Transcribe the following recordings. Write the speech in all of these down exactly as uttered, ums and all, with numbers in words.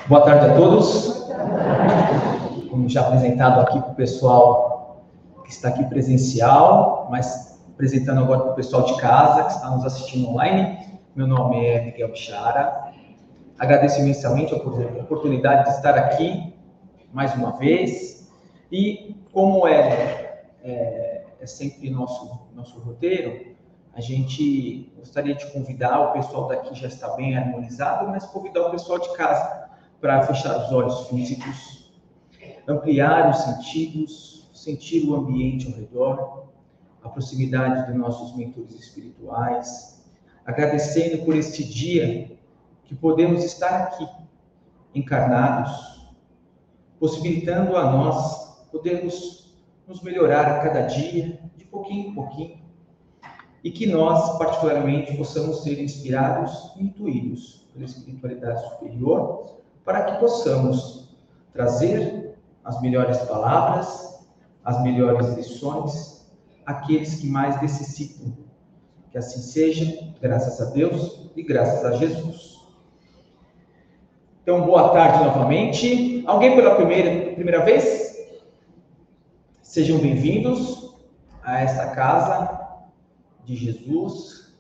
Boa tarde a todos. Como já apresentado aqui para o pessoal que está aqui presencial, mas apresentando agora para o pessoal de casa que está nos assistindo online. Meu nome é Miguel Bichara. Agradeço imensamente a oportunidade de estar aqui mais uma vez. E como é, é, é sempre nosso, nosso roteiro, a gente gostaria de convidar, o pessoal daqui já está bem harmonizado, mas convidar o pessoal de casa para fechar os olhos físicos, ampliar os sentidos, sentir o ambiente ao redor, a proximidade dos nossos mentores espirituais, agradecendo por este dia que podemos estar aqui, encarnados, possibilitando a nós podermos nos melhorar a cada dia, de pouquinho em pouquinho, e que nós, particularmente, possamos ser inspirados e intuídos pela espiritualidade superior, para que possamos trazer as melhores palavras, as melhores lições àqueles que mais necessitam. Que assim seja, graças a Deus e graças a Jesus. Então, boa tarde novamente. Alguém pela primeira, primeira vez? Sejam bem-vindos a esta casa de Jesus.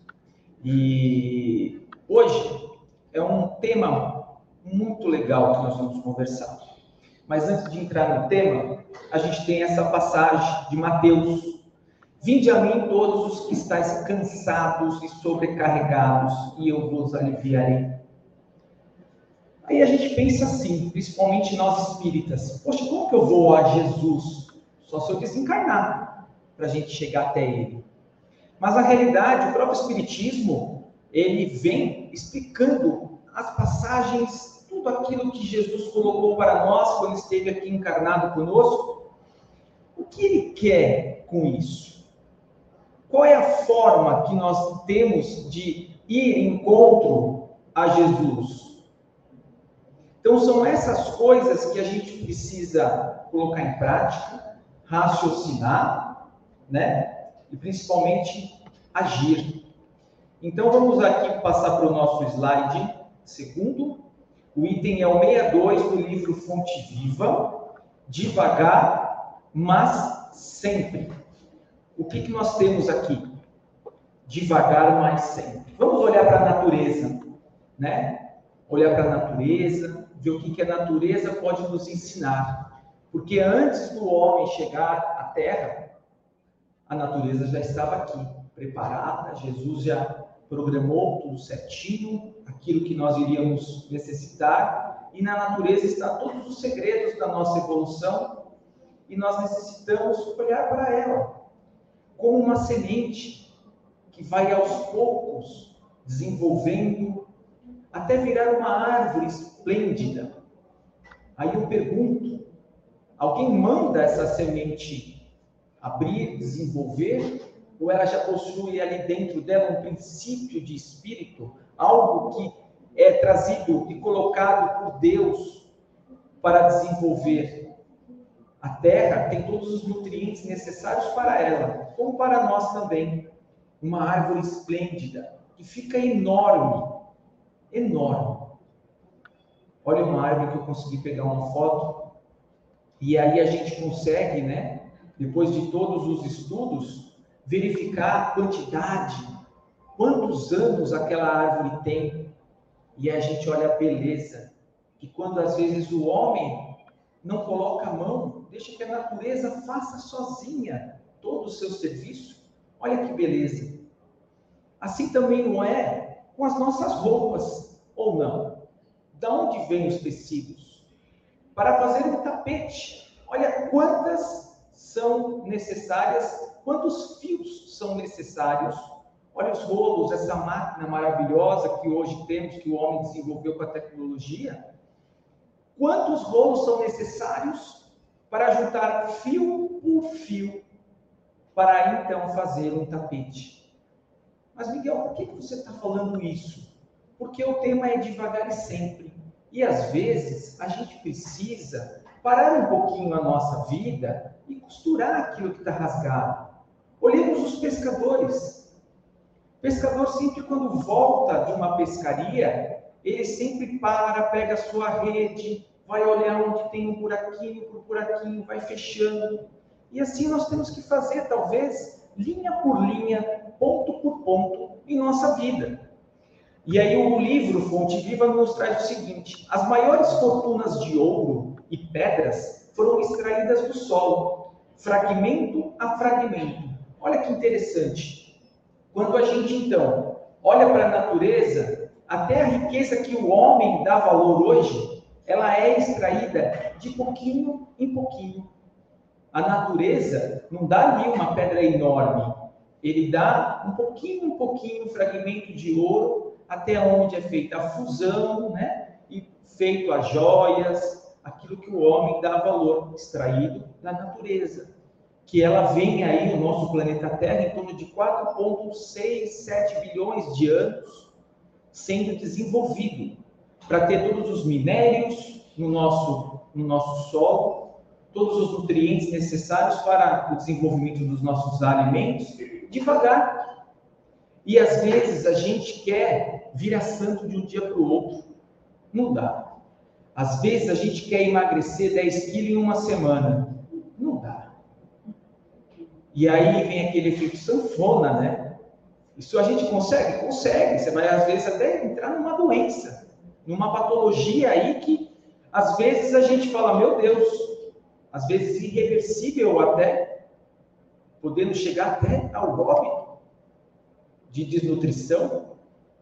E hoje é um tema muito legal que nós vamos conversar. Mas antes de entrar no tema, a gente tem essa passagem de Mateus. Vinde a mim todos os que estáis cansados e sobrecarregados, e eu vos aliviarei. Aí a gente pensa assim, principalmente nós espíritas, poxa, como que eu vou a Jesus? Só se eu desencarnar, para a gente chegar até Ele. Mas na realidade, o próprio Espiritismo, ele vem explicando as passagens, tudo aquilo que Jesus colocou para nós quando esteve aqui encarnado conosco. O que ele quer com isso? Qual é a forma que nós temos de ir em encontro a Jesus? Então, são essas coisas que a gente precisa colocar em prática, raciocinar, né? E principalmente agir. Então, vamos aqui passar para o nosso slide segundo. O item é o sessenta e dois do livro Fonte Viva, devagar, mas sempre. O que, que nós temos aqui? Devagar, mas sempre. Vamos olhar para a natureza, né? Olhar para a natureza, ver o que, que a natureza pode nos ensinar. Porque antes do homem chegar à Terra, a natureza já estava aqui, preparada. Jesus já programou tudo certinho, aquilo que nós iríamos necessitar, e na natureza estão todos os segredos da nossa evolução, e nós necessitamos olhar para ela como uma semente que vai aos poucos desenvolvendo até virar uma árvore esplêndida. Aí eu pergunto, alguém manda essa semente abrir, desenvolver, ou ela já possui ali dentro dela um princípio de espírito, algo que é trazido e colocado por Deus para desenvolver? A terra tem todos os nutrientes necessários para ela, como para nós também. Uma árvore esplêndida, que fica enorme, enorme. Olha uma árvore que eu consegui pegar uma foto, e aí a gente consegue, né, depois de todos os estudos, verificar a quantidade, quantos anos aquela árvore tem, e a gente olha a beleza, que quando às vezes o homem não coloca a mão, deixa que a natureza faça sozinha todo o seu serviço, olha que beleza. Assim também não é com as nossas roupas, ou não? De onde vêm os tecidos? Para fazer um tapete, olha quantas são necessárias, quantos fios são necessários. Olha os rolos, essa máquina maravilhosa que hoje temos, que o homem desenvolveu com a tecnologia. Quantos rolos são necessários para juntar fio por fio, para então fazer um tapete? Mas, Miguel, por que você está falando isso? Porque o tema é devagar e sempre. E, às vezes, a gente precisa parar um pouquinho a nossa vida e costurar aquilo que está rasgado. Olhemos os pescadores. O pescador sempre, quando volta de uma pescaria, ele sempre para, pega a sua rede, vai olhar onde tem um buraquinho por buraquinho, vai fechando. E assim nós temos que fazer, talvez, linha por linha, ponto por ponto, em nossa vida. E aí o livro Fonte Viva nos traz o seguinte: as maiores fortunas de ouro e pedras foram extraídas do solo, fragmento a fragmento. Olha que interessante. Quando a gente, então, olha para a natureza, até a riqueza que o homem dá valor hoje, ela é extraída de pouquinho em pouquinho. A natureza não dá ali uma pedra enorme, ele dá um pouquinho, um pouquinho, um fragmento de ouro, até onde é feita a fusão, né? E feito as joias, aquilo que o homem dá valor, extraído da natureza. Que ela vem aí no nosso planeta Terra em torno de quatro vírgula seis, sete bilhões de anos, sendo desenvolvido para ter todos os minérios no nosso, no nosso solo, todos os nutrientes necessários para o desenvolvimento dos nossos alimentos, devagar. E às vezes a gente quer virar santo de um dia para o outro. Não dá. Às vezes a gente quer emagrecer dez quilos em uma semana. Não dá. E aí vem aquele efeito sanfona, né? Isso a gente consegue? Consegue. Você vai às vezes até entrar numa doença, numa patologia aí que às vezes a gente fala, meu Deus, às vezes irreversível até, podendo chegar até ao óbito de desnutrição,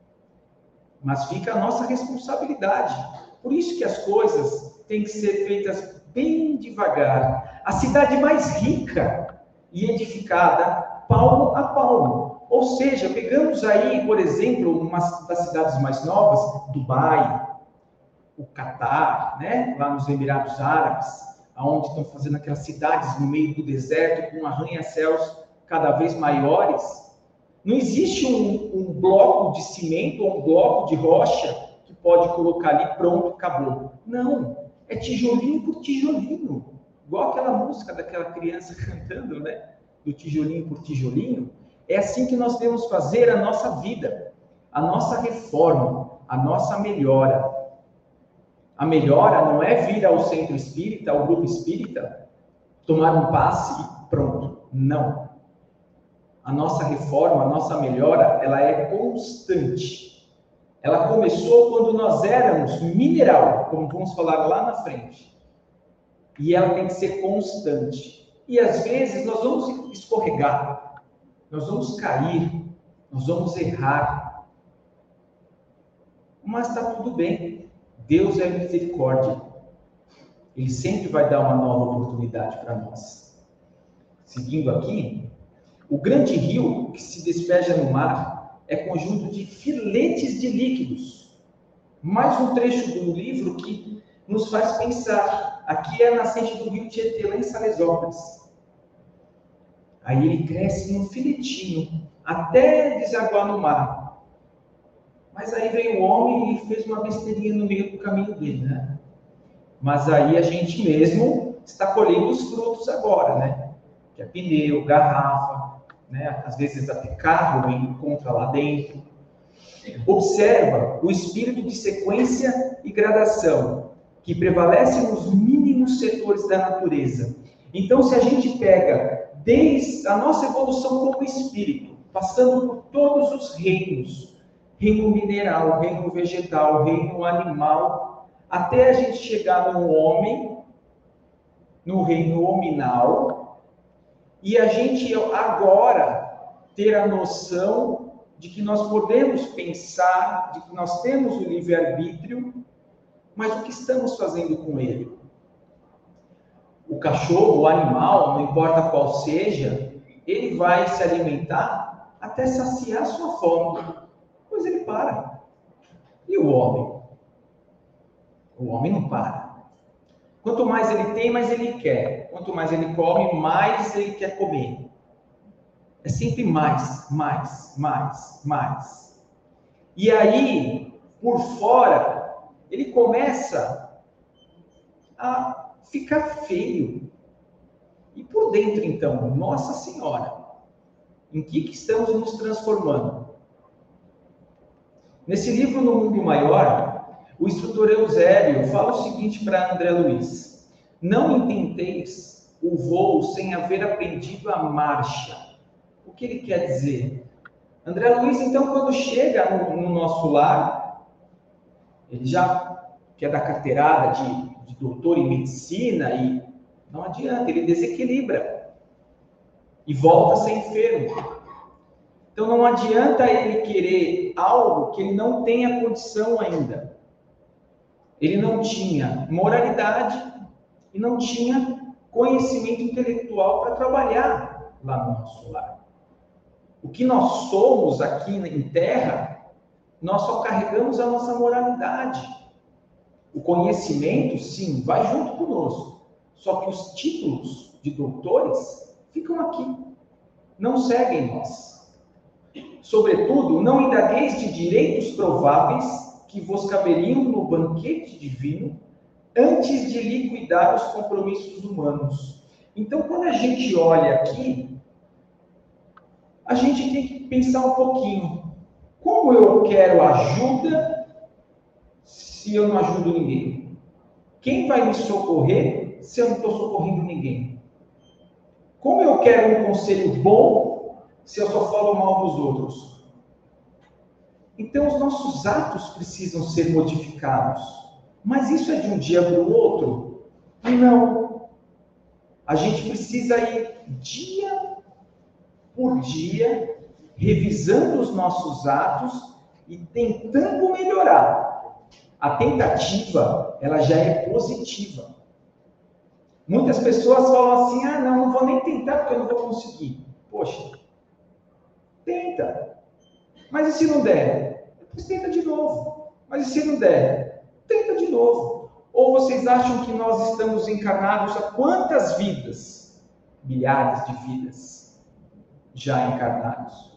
mas fica a nossa responsabilidade. Por isso que as coisas têm que ser feitas bem devagar. A cidade mais rica e edificada, palmo a palmo. Ou seja, pegamos aí, por exemplo, uma das cidades mais novas, Dubai, o Catar, né? Lá nos Emirados Árabes, onde estão fazendo aquelas cidades no meio do deserto, com arranha-céus cada vez maiores. Não existe um, um bloco de cimento ou um bloco de rocha que pode colocar ali, pronto, acabou. Não, é tijolinho por tijolinho. Igual aquela música daquela criança cantando, né? Do tijolinho por tijolinho. É assim que nós devemos fazer a nossa vida, a nossa reforma, a nossa melhora. A melhora não é vir ao centro espírita, ao grupo espírita, tomar um passe e pronto. Não. A nossa reforma, a nossa melhora, ela é constante. Ela começou quando nós éramos mineral, como vamos falar lá na frente. E ela tem que ser constante. E às vezes nós vamos escorregar, nós vamos cair, nós vamos errar. Mas está tudo bem. Deus é misericórdia. Ele sempre vai dar uma nova oportunidade para nós. Seguindo aqui, o grande rio que se despeja no mar é conjunto de filetes de líquidos. Mais um trecho do livro que nos faz pensar. Aqui é a nascente do rio Tietê, lá em Salesópolis. Aí ele cresce num filetinho, até desaguar no mar. Mas aí veio o homem e fez uma besteirinha no meio do caminho dele, né? Mas aí a gente mesmo está colhendo os frutos agora, né? Que é pneu, garrafa, né? Às vezes até carro encontra lá dentro. Observa o espírito de sequência e gradação que prevalece nos mínimos setores da natureza. Então, se a gente pega desde a nossa evolução como espírito, passando por todos os reinos, reino mineral, reino vegetal, reino animal, até a gente chegar no homem, no reino hominal, e a gente agora ter a noção de que nós podemos pensar, de que nós temos o livre-arbítrio, mas o que estamos fazendo com ele? O cachorro, o animal, não importa qual seja, ele vai se alimentar até saciar sua fome. Pois ele para. E o homem? O homem não para. Quanto mais ele tem, mais ele quer. Quanto mais ele come, mais ele quer comer. É sempre mais, mais, mais, mais. E aí, por fora, ele começa a ficar feio. E por dentro, então, Nossa Senhora, em que, que estamos nos transformando? Nesse livro, No Mundo Maior, O instrutor Eusébio fala o seguinte para André Luiz: não entendeis o voo sem haver aprendido a marcha. O que ele quer dizer? André Luiz, então, quando chega no, no nosso lar, ele já quer dar carteirada de, de doutor em medicina e não adianta, ele desequilibra e volta a ser enfermo. Então não adianta ele querer algo que ele não tenha condição ainda. Ele não tinha moralidade e não tinha conhecimento intelectual para trabalhar lá no nosso lar. O que nós somos aqui em terra, nós só carregamos a nossa moralidade. O conhecimento, sim, vai junto conosco. Só que os títulos de doutores ficam aqui, não seguem nós. Sobretudo, não indagueis de direitos prováveis que vos caberiam no banquete divino, antes de liquidar os compromissos humanos. Então, quando a gente olha aqui, a gente tem que pensar um pouquinho. Como eu quero ajuda se eu não ajudo ninguém? Quem vai me socorrer se eu não estou socorrendo ninguém? Como eu quero um conselho bom se eu só falo mal dos outros? Então, os nossos atos precisam ser modificados. Mas isso é de um dia para o outro? Não. A gente precisa ir dia por dia, revisando os nossos atos e tentando melhorar. A tentativa, ela já é positiva. Muitas pessoas falam assim: ah, não, não vou nem tentar porque eu não vou conseguir. Poxa, tenta. Mas e se não der? Depois tenta de novo. Mas e se não der? Tenta de novo. Ou vocês acham que nós estamos encarnados há quantas vidas? Milhares de vidas já encarnados.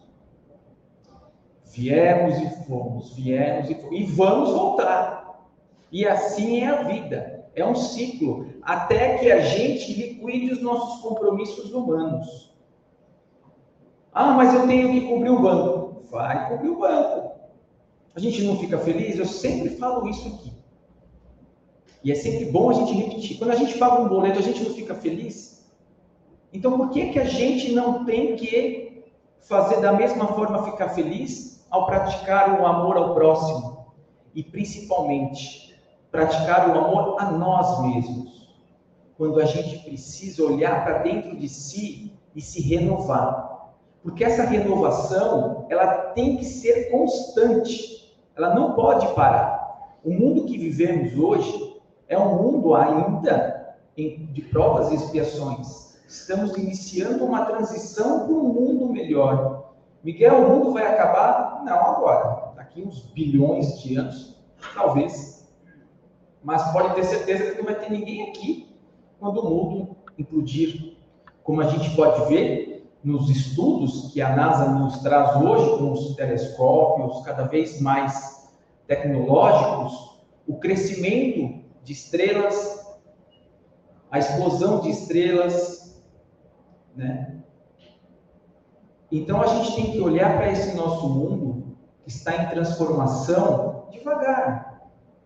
Viemos e fomos, viemos e fomos. E vamos voltar. E assim é a vida. É um ciclo. Até que a gente liquide os nossos compromissos humanos. Ah, mas eu tenho que cobrir o banco. Vai cobrir o banco. A gente não fica feliz? Eu sempre falo isso aqui. E é sempre bom a gente repetir. Quando a gente paga um boleto, a gente não fica feliz? Então, por que que a gente não tem que fazer da mesma forma ficar feliz ao praticar o amor ao próximo? E, principalmente, praticar o amor a nós mesmos. Quando a gente precisa olhar para dentro de si e se renovar. Porque essa renovação, ela tem que ser constante. Ela não pode parar. O mundo que vivemos hoje é um mundo ainda de provas e expiações. Estamos iniciando uma transição para um mundo melhor. Miguel, o mundo vai acabar? Não agora. Daqui uns bilhões de anos, talvez. Mas pode ter certeza que não vai ter ninguém aqui quando o mundo implodir. Como a gente pode ver nos estudos que a NASA nos traz hoje, com os telescópios cada vez mais tecnológicos, o crescimento de estrelas, a explosão de estrelas, né? Então a gente tem que olhar para esse nosso mundo que está em transformação devagar,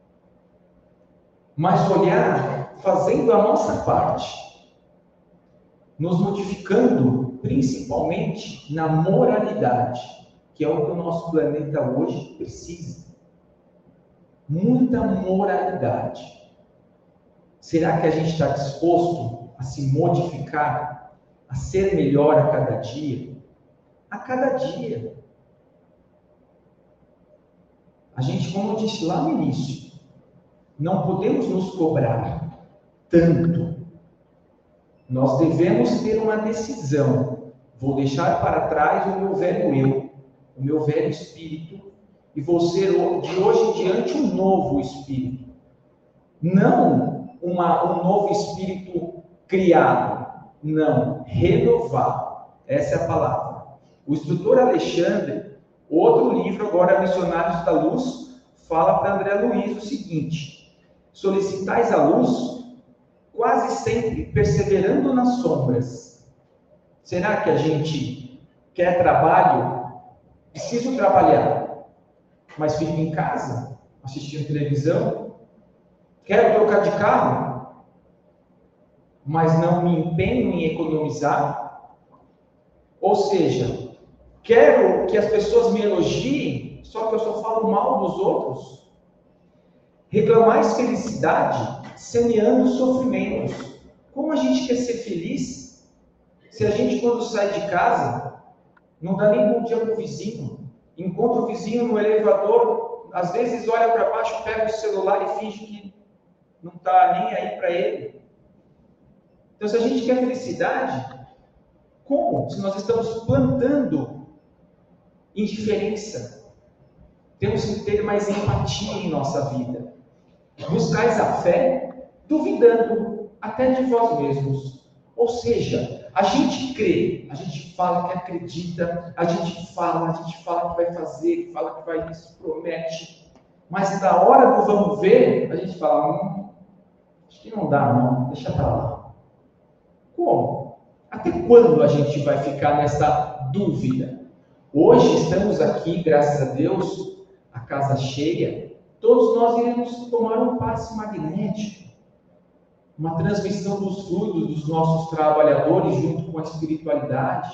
mas olhar fazendo a nossa parte, nos modificando principalmente na moralidade, que é o que o nosso planeta hoje precisa. Muita moralidade. Será que a gente está disposto a se modificar, a ser melhor a cada dia? A cada dia. A gente, como eu disse lá no início, não podemos nos cobrar tanto. Nós devemos ter uma decisão. Vou deixar para trás o meu velho eu, o meu velho espírito, e vou ser de hoje em diante um novo espírito. Não uma, um novo espírito criado. Não, renovado. Essa é a palavra. O instrutor Alexandre, outro livro agora, Missionários da Luz, fala para André Luiz o seguinte: solicitais a luz quase sempre perseverando nas sombras. Será que a gente quer trabalho? Preciso trabalhar, mas fico em casa? assistindo televisão. Quero trocar de carro, mas não me empenho em economizar. Ou seja, quero que as pessoas me elogiem, só que eu só falo mal dos outros. Reclamais felicidade, semeando sofrimentos. Como a gente quer ser feliz, se a gente, quando sai de casa, não dá nem bom dia para o vizinho, encontra o vizinho no elevador, às vezes olha para baixo, pega o celular e finge que não está nem aí para ele. Então, se a gente quer felicidade, como? Se nós estamos plantando indiferença, temos que ter mais empatia em nossa vida. Buscais a fé, duvidando até de vós mesmos. Ou seja, a gente crê, a gente fala que acredita, a gente fala, a gente fala que vai fazer, fala que vai isso, promete. Mas na hora do vamos ver, a gente fala, hum, acho que não dá não, deixa pra lá. Como? Até quando a gente vai ficar nessa dúvida? Hoje estamos aqui, graças a Deus, a casa cheia, todos nós iremos tomar um passe magnético, uma transmissão dos fluidos dos nossos trabalhadores junto com a espiritualidade.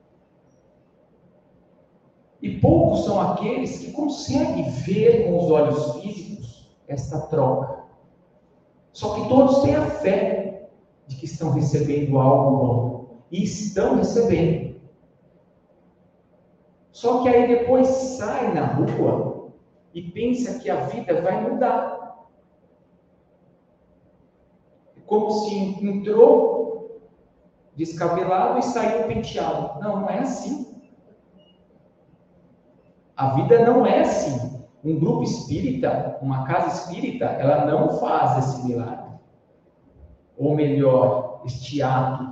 E poucos são aqueles que conseguem ver com os olhos físicos esta troca. Só que todos têm a fé de que estão recebendo algo bom. E estão recebendo. Só que aí depois sai na rua e pensa que a vida vai mudar. É como se entrou descabelado e saiu penteado. Não, não é assim. A vida não é assim. Um grupo espírita, uma casa espírita, ela não faz esse milagre. Ou melhor, este ato.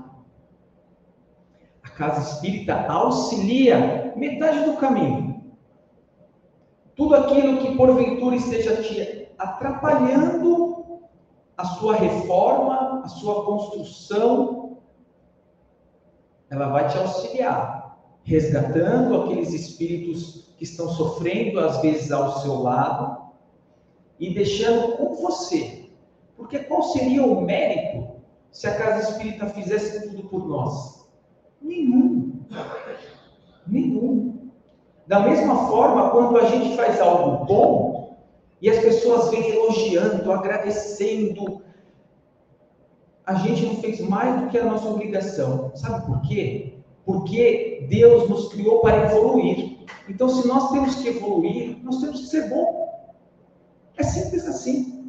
A casa espírita auxilia metade do caminho. Tudo aquilo que porventura esteja te atrapalhando a sua reforma, a sua construção, ela vai te auxiliar, resgatando aqueles espíritos que estão sofrendo, às vezes, ao seu lado, e deixando com você. Porque qual seria o mérito se a casa espírita fizesse tudo por nós? Nenhum. Nenhum. Da mesma forma, quando a gente faz algo bom, e as pessoas vêm elogiando, agradecendo, a gente não fez mais do que a nossa obrigação. Sabe por quê? Porque Deus nos criou para evoluir. Então, se nós temos que evoluir, nós temos que ser bom. É simples assim.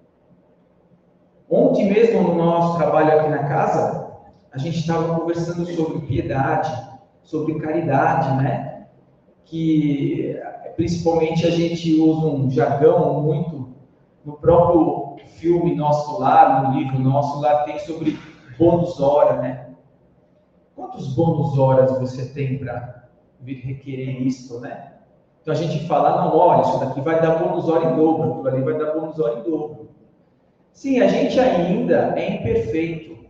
Ontem mesmo, no nosso trabalho aqui na casa, a gente estava conversando sobre piedade, sobre caridade, né? Que principalmente a gente usa um jargão muito, no próprio filme Nosso Lar, no livro Nosso Lar, tem sobre bônus hora, né? Quantos bônus horas você tem para vir requerer isso, né? Então a gente fala, não, olha, isso daqui vai dar bônus hora em dobro, aquilo ali vai dar bônus hora em dobro. Sim, a gente ainda é imperfeito.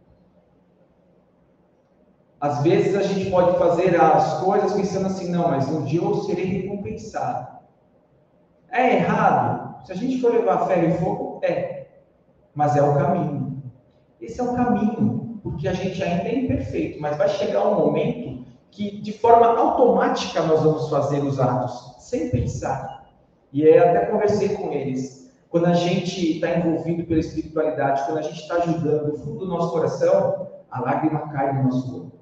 Às vezes a gente pode fazer as coisas pensando assim, não, mas um dia eu serei recompensado. É errado? Se a gente for levar ferro e fogo, é. Mas é o caminho. Esse é o caminho, porque a gente ainda é imperfeito, mas vai chegar um momento que de forma automática nós vamos fazer os atos, sem pensar. E eu até conversei com eles. Quando a gente está envolvido pela espiritualidade, quando a gente está ajudando no fundo do nosso coração, a lágrima cai do nosso olho.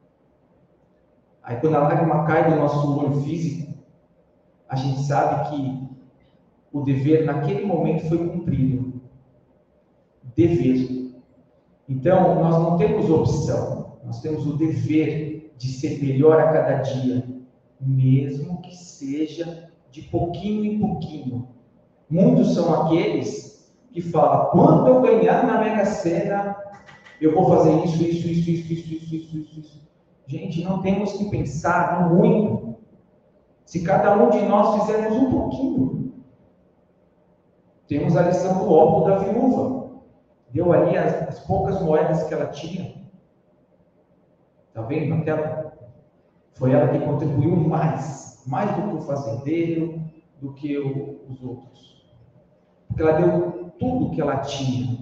Aí quando a lágrima cai do nosso olho físico, a gente sabe que o dever naquele momento foi cumprido. Dever. Então, nós não temos opção, nós temos o dever de ser melhor a cada dia, mesmo que seja de pouquinho em pouquinho. Muitos são aqueles que falam, quando eu ganhar na Mega Sena, eu vou fazer isso, isso, isso, isso, isso, isso, isso, isso, isso. Gente, não temos que pensar no muito. Se cada um de nós fizermos um pouquinho, temos a lição do óbolo da viúva. Deu ali as, as poucas moedas que ela tinha. Está vendo aquela? Foi ela que contribuiu mais, mais do que o fazendeiro, do que o, os outros. Porque ela deu tudo o que ela tinha.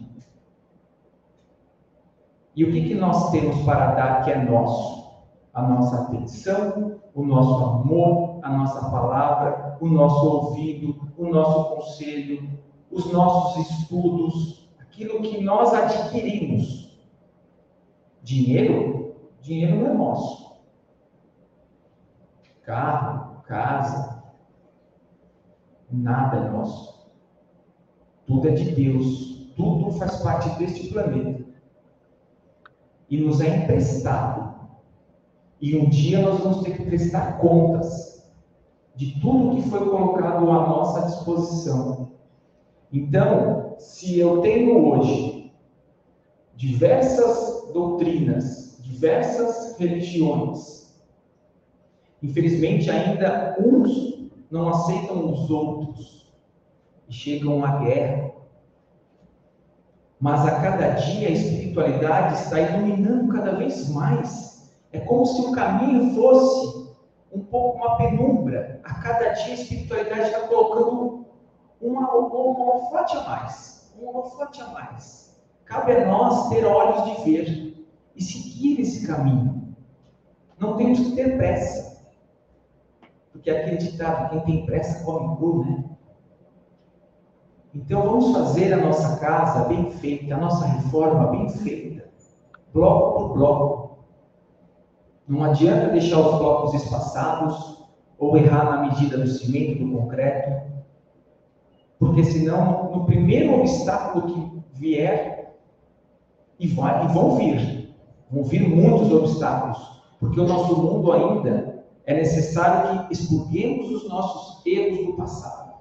E o que, que nós temos para dar que é nosso? A nossa atenção, o nosso amor, a nossa palavra, o nosso ouvido, o nosso conselho, os nossos estudos, aquilo que nós adquirimos. Dinheiro? Dinheiro não é nosso. Carro, casa, nada é nosso. Tudo é de Deus. Tudo faz parte deste planeta. E nos é emprestado. E um dia nós vamos ter que prestar contas de tudo que foi colocado à nossa disposição. Então, se eu tenho hoje diversas doutrinas, diversas religiões, infelizmente ainda uns não aceitam os outros e chegam à guerra. Mas a cada dia a espiritualidade está iluminando cada vez mais. É como se o caminho fosse um pouco uma penumbra. A cada dia a espiritualidade está colocando uma, um holofote a mais. Um holofote a mais. Cabe a nós ter olhos de ver e seguir esse caminho. Não temos que ter pressa. Porque é aquele ditado, quem tem pressa come cru, né? Então vamos fazer a nossa casa bem feita, a nossa reforma bem feita, bloco por bloco. Não adianta deixar os blocos espaçados ou errar na medida do cimento, do concreto, porque senão no primeiro obstáculo que vier, e, vai, e vão vir, vão vir muitos obstáculos, porque o nosso mundo ainda é necessário que expurguemos os nossos erros do passado.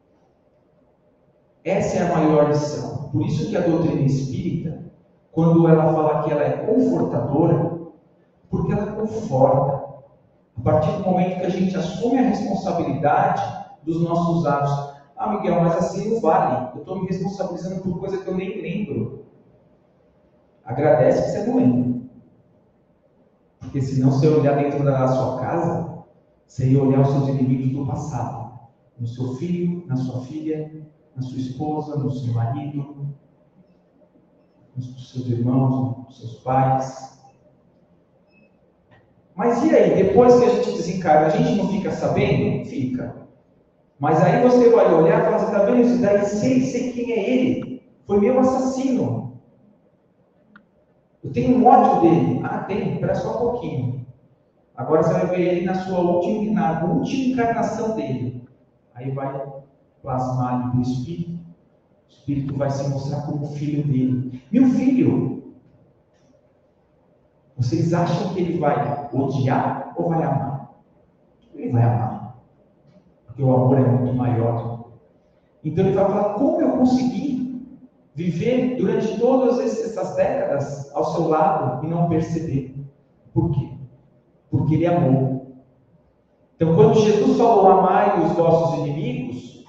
Essa é a maior lição. Por isso que a doutrina espírita, quando ela fala que ela é confortadora, porque ela conforta. A partir do momento que a gente assume a responsabilidade dos nossos atos. Ah, Miguel, mas assim não vale. Eu estou me responsabilizando por coisa que eu nem lembro. Agradece que você não lembra. Porque senão, se eu olhar dentro da sua casa, você ia olhar os seus inimigos do passado. No seu filho, na sua filha, na sua esposa, no seu marido, nos seus irmãos, nos seus pais. Mas e aí, depois que a gente desencarna, a gente não fica sabendo? Fica. Mas aí você vai olhar e falar, você está vendo isso daí? Sei, sei quem é ele. Foi meu assassino. Eu tenho um ódio dele. Ah, tem, espera só um pouquinho. Agora você vai ver ele na sua última, na última encarnação dele. Aí vai plasmar ali do Espírito. O Espírito vai se mostrar como filho dele. Meu filho! Vocês acham que ele vai odiar ou vai amar? Ele vai amar. Porque o amor é muito maior. Então ele vai falar, como eu consegui viver durante todas essas décadas ao seu lado e não perceber? Por quê? Porque ele amou. Então quando Jesus falou, amai os vossos inimigos,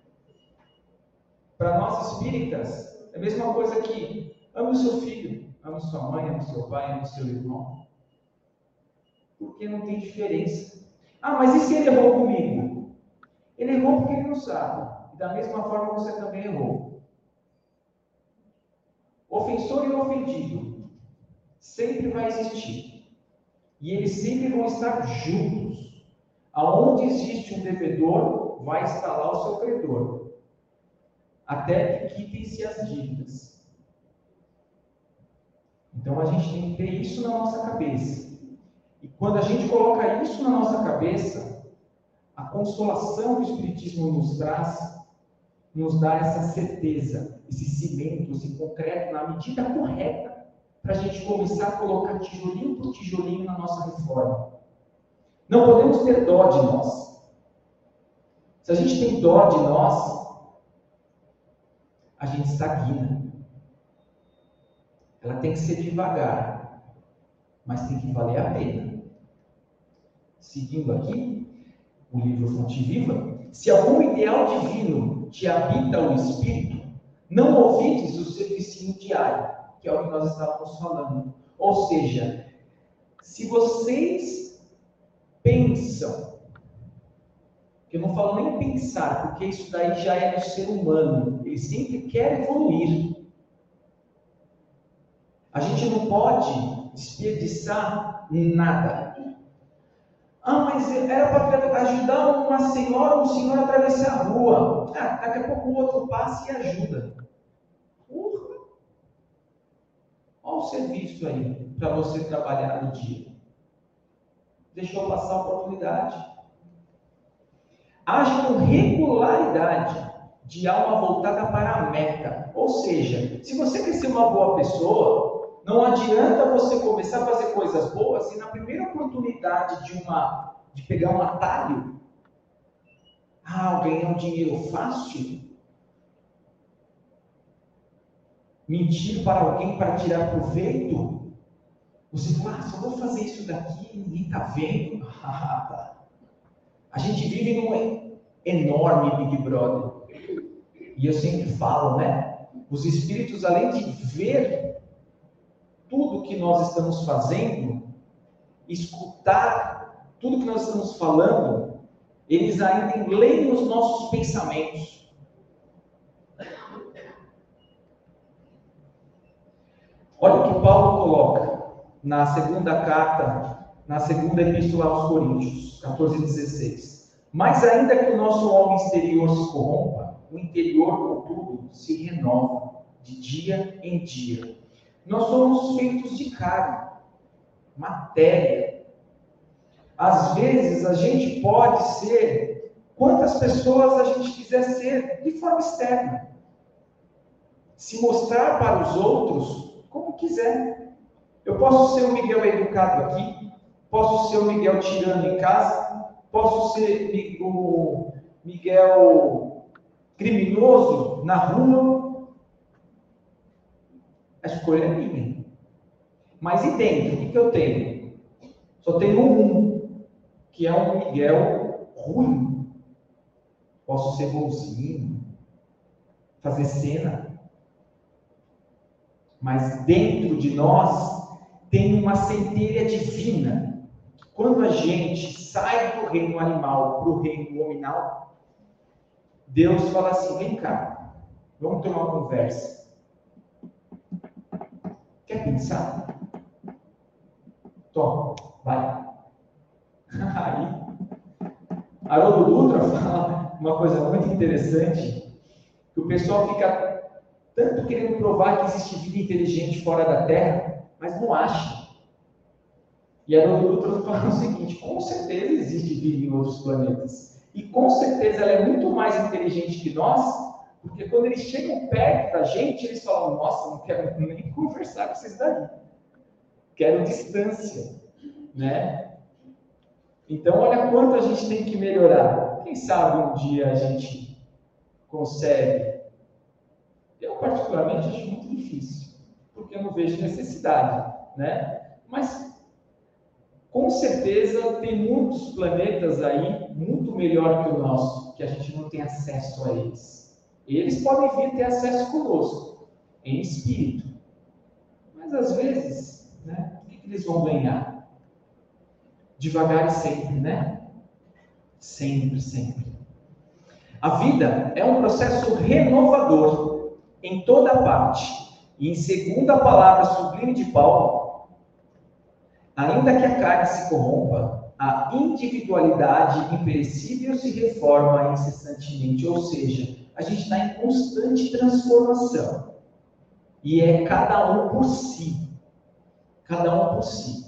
para nós espíritas, é a mesma coisa que ame o seu filho. Ame sua mãe, ame seu pai, ame seu irmão. Porque não tem diferença. Ah, mas e se ele errou comigo? Ele errou porque ele não sabe. E da mesma forma você também errou. Ofensor e ofendido sempre vai existir. E eles sempre vão estar juntos. Aonde existe um devedor, vai estar lá o seu credor. Até que quitem-se as dívidas. Então a gente tem que ter isso na nossa cabeça. E quando a gente coloca isso na nossa cabeça, a consolação que o Espiritismo nos traz, nos dá essa certeza, esse cimento, esse concreto, na medida correta, para a gente começar a colocar tijolinho por tijolinho na nossa reforma. Não podemos ter dó de nós. Se a gente tem dó de nós, a gente estagna. Ela tem que ser devagar, mas tem que valer a pena. Seguindo aqui, o livro Fonte Viva, se algum ideal divino te habita o espírito, não ouvides o servicinho diário, que é o que nós estávamos falando. Ou seja, se vocês pensam que eu não falo nem pensar, porque isso daí já é do ser humano, ele sempre quer evoluir. A gente não pode desperdiçar nada. Ah, mas era para ajudar uma senhora, um senhor a atravessar a rua. Ah, daqui a pouco o outro passa e ajuda. Porra! Olha o serviço aí, para você trabalhar no dia. Deixou passar a oportunidade. Age com regularidade, de alma voltada para a meta. Ou seja, se você quer ser uma boa pessoa, não adianta você começar a fazer coisas boas e na primeira oportunidade de, uma, de pegar um atalho, ah, ganhar um dinheiro fácil, mentir para alguém para tirar proveito, você fala, ah, só vou fazer isso daqui, ninguém está vendo. A gente vive num enorme Big Brother. E eu sempre falo, né? Os espíritos, além de ver tudo que nós estamos fazendo, escutar tudo que nós estamos falando, eles ainda leem os nossos pensamentos. Olha o que Paulo coloca na segunda carta, na segunda epístola aos Coríntios, quatorze, dezesseis. Mas ainda que o nosso homem exterior se corrompa, o interior, contudo, se renova de dia em dia. Nós somos feitos de carne, matéria. Às vezes a gente pode ser quantas pessoas a gente quiser ser de forma externa. Se mostrar para os outros como quiser. Eu posso ser o Miguel educado aqui, posso ser o Miguel tirano em casa, posso ser o Miguel criminoso na rua. A escolha é minha. Mas e dentro, o que, que eu tenho? Só tenho um, que é um Miguel ruim. Posso ser bonzinho, fazer cena. Mas dentro de nós tem uma centelha divina. Quando a gente sai do reino animal para o reino nominal, Deus fala assim, vem cá, vamos ter uma conversa. Quer pensar? Toma, vai. Aí, Haroldo Dutra fala uma coisa muito interessante, que o pessoal fica tanto querendo provar que existe vida inteligente fora da Terra, mas não acha. E Haroldo Dutra fala o seguinte, com certeza existe vida em outros planetas. E com certeza ela é muito mais inteligente que nós, porque quando eles chegam perto da gente, eles falam, nossa, não quero nem conversar com vocês daí. Quero distância, né? Então, olha quanto a gente tem que melhorar. Quem sabe um dia a gente consegue. Eu, particularmente, acho muito difícil, porque eu não vejo necessidade, né? Mas, com certeza, tem muitos planetas aí muito melhor que o nosso, que a gente não tem acesso a eles. Eles podem vir ter acesso conosco, em espírito. Mas, às vezes, né, o que, que eles vão ganhar? Devagar e sempre, né? Sempre, sempre. A vida é um processo renovador em toda parte. E em segundo a palavra sublime de Paulo, ainda que a carne se corrompa, a individualidade imperecível se reforma incessantemente. Ou seja, a gente está em constante transformação. E é cada um por si. Cada um por si.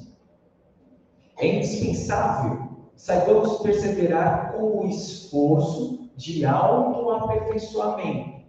É indispensável saibamos perseverar com o esforço de autoaperfeiçoamento,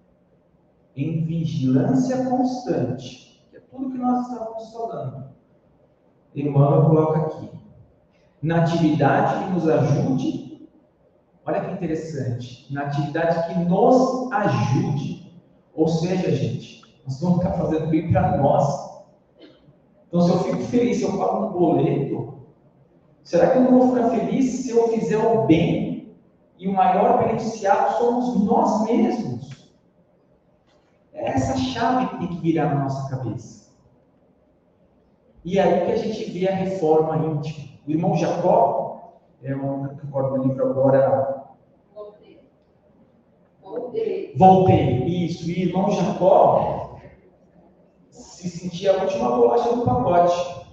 em vigilância constante, que é tudo que nós estávamos falando. Emmanuel coloca aqui, na atividade que nos ajude, olha que interessante, na atividade que nos ajude, ou seja, gente, nós vamos estar fazendo bem para nós. Então, se eu fico feliz, se eu pago um boleto, será que eu não vou ficar feliz se eu fizer o bem e o maior beneficiado somos nós mesmos? É essa chave que tem que virar na nossa cabeça. E é aí que a gente vê a reforma íntima. O irmão Jacó, é um que recordo do livro agora, Voltei. Voltei, isso. E irmão Jacó se sentia a última bolacha do pacote.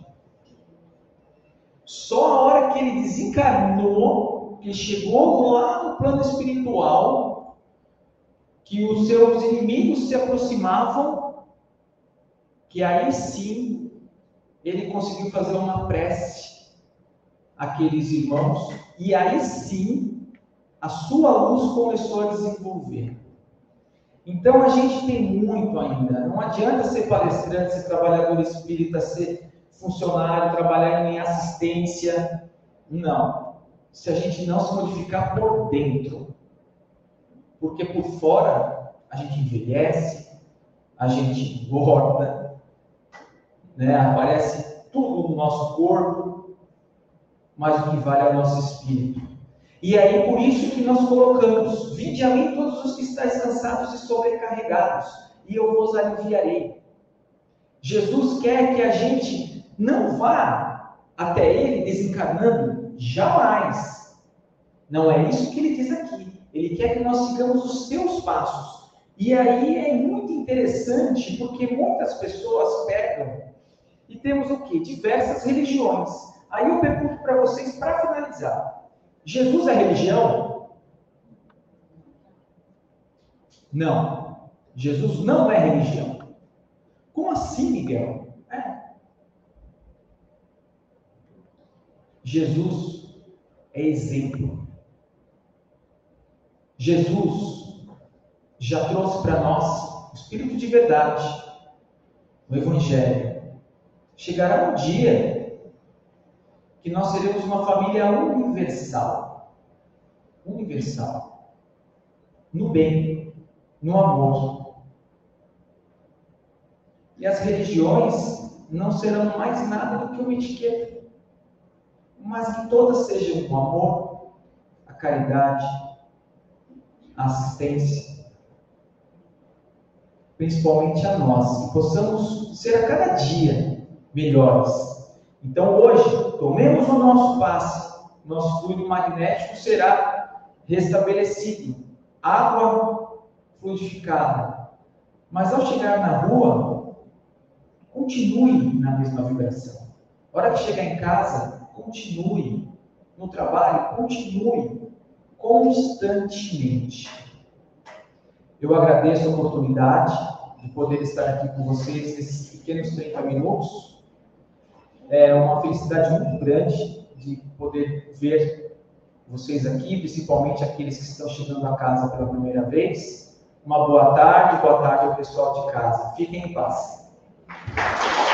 Só a hora que ele desencarnou, que chegou lá no plano espiritual, que os seus inimigos se aproximavam, que aí sim ele conseguiu fazer uma prece àqueles irmãos, e aí sim a sua luz começou a desenvolver. Então a gente tem muito ainda. Não adianta ser palestrante, ser trabalhador espírita, ser funcionário, trabalhar em assistência. Não. Se a gente não se modificar por dentro. Porque por fora a gente envelhece, a gente engorda, né? Aparece tudo no nosso corpo, mas o que vale é o nosso espírito. E aí, por isso que nós colocamos: vinde a mim todos os que estáis cansados e sobrecarregados, e eu vos aliviarei. Jesus quer que a gente não vá até Ele desencarnando, jamais. Não é isso que Ele diz aqui. Ele quer que nós sigamos os seus passos. E aí é muito interessante, porque muitas pessoas pegam, e temos o quê? Diversas religiões. Aí eu pergunto para vocês, para finalizar: Jesus é religião? Não. Jesus não é religião. Como assim, Miguel? É. Jesus é exemplo. Jesus já trouxe para nós o Espírito de verdade, o Evangelho. Chegará um dia que nós seremos uma família universal. Universal. No bem, no amor. E as religiões não serão mais nada do que uma etiqueta. Mas que todas sejam o amor, a caridade, a assistência. Principalmente a nós. E possamos ser a cada dia melhores. Então hoje, tomemos o nosso passe, nosso fluido magnético será restabelecido, água fluidificada. Mas ao chegar na rua, continue na mesma vibração. Na hora que chegar em casa, continue. No trabalho, continue constantemente. Eu agradeço a oportunidade de poder estar aqui com vocês nesses pequenos trinta minutos. É uma felicidade muito grande de poder ver vocês aqui, principalmente aqueles que estão chegando a casa pela primeira vez. Uma boa tarde, boa tarde ao pessoal de casa. Fiquem em paz.